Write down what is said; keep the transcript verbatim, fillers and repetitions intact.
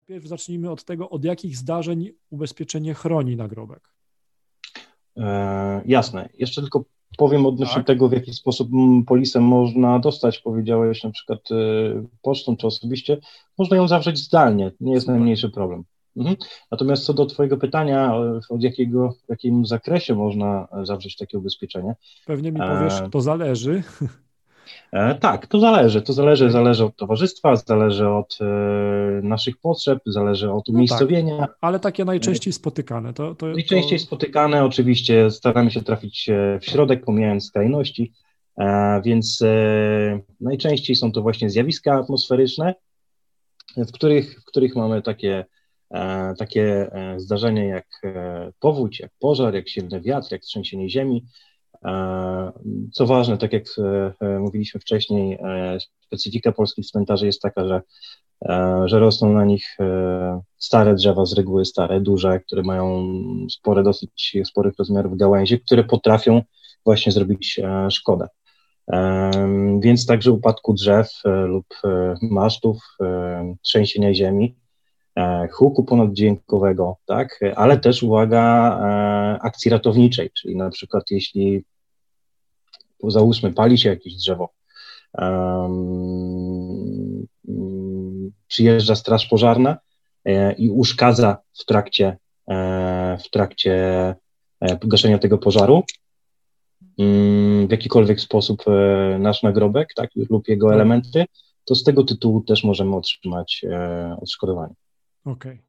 Pierw zacznijmy od tego, od jakich zdarzeń ubezpieczenie chroni nagrobek. E, jasne. Jeszcze tylko powiem odnośnie Tak. tego, w jaki sposób polisę można dostać. Powiedziałeś na przykład e, pocztą czy osobiście. Można ją zawrzeć zdalnie, nie jest Super. najmniejszy problem. Mhm. Natomiast co do Twojego pytania, od jakiego, w jakim zakresie można zawrzeć takie ubezpieczenie? Pewnie mi powiesz, to zależy. E, tak, to zależy. To zależy, Okay. zależy od towarzystwa, zależy od e, naszych potrzeb, zależy od umiejscowienia. No tak, ale takie najczęściej spotykane. To, to, Najczęściej to... spotykane, oczywiście staramy się trafić w środek, pomijając skrajności, e, więc e, najczęściej są to właśnie zjawiska atmosferyczne, w których, w których mamy takie, e, takie e, zdarzenia jak e, powódź, jak pożar, jak silny wiatr, jak trzęsienie ziemi. E, co ważne, tak jak e, mówiliśmy wcześniej, e, specyfika polskich cmentarzy jest taka, że że rosną na nich stare drzewa, z reguły stare, duże, które mają spore, dosyć sporych rozmiarów gałęzie, które potrafią właśnie zrobić szkodę. Więc także w upadku drzew lub masztów, trzęsienia ziemi, huku ponaddźwiękowego, tak, ale też uwaga, akcji ratowniczej, czyli na przykład jeśli załóżmy pali się jakieś drzewo, Um, um, przyjeżdża straż pożarna e, i uszkadza w trakcie, e, w trakcie e, gaszenia tego pożaru um, w jakikolwiek sposób e, nasz nagrobek, tak, lub jego elementy, to z tego tytułu też możemy otrzymać e, odszkodowanie. Okej. Okay.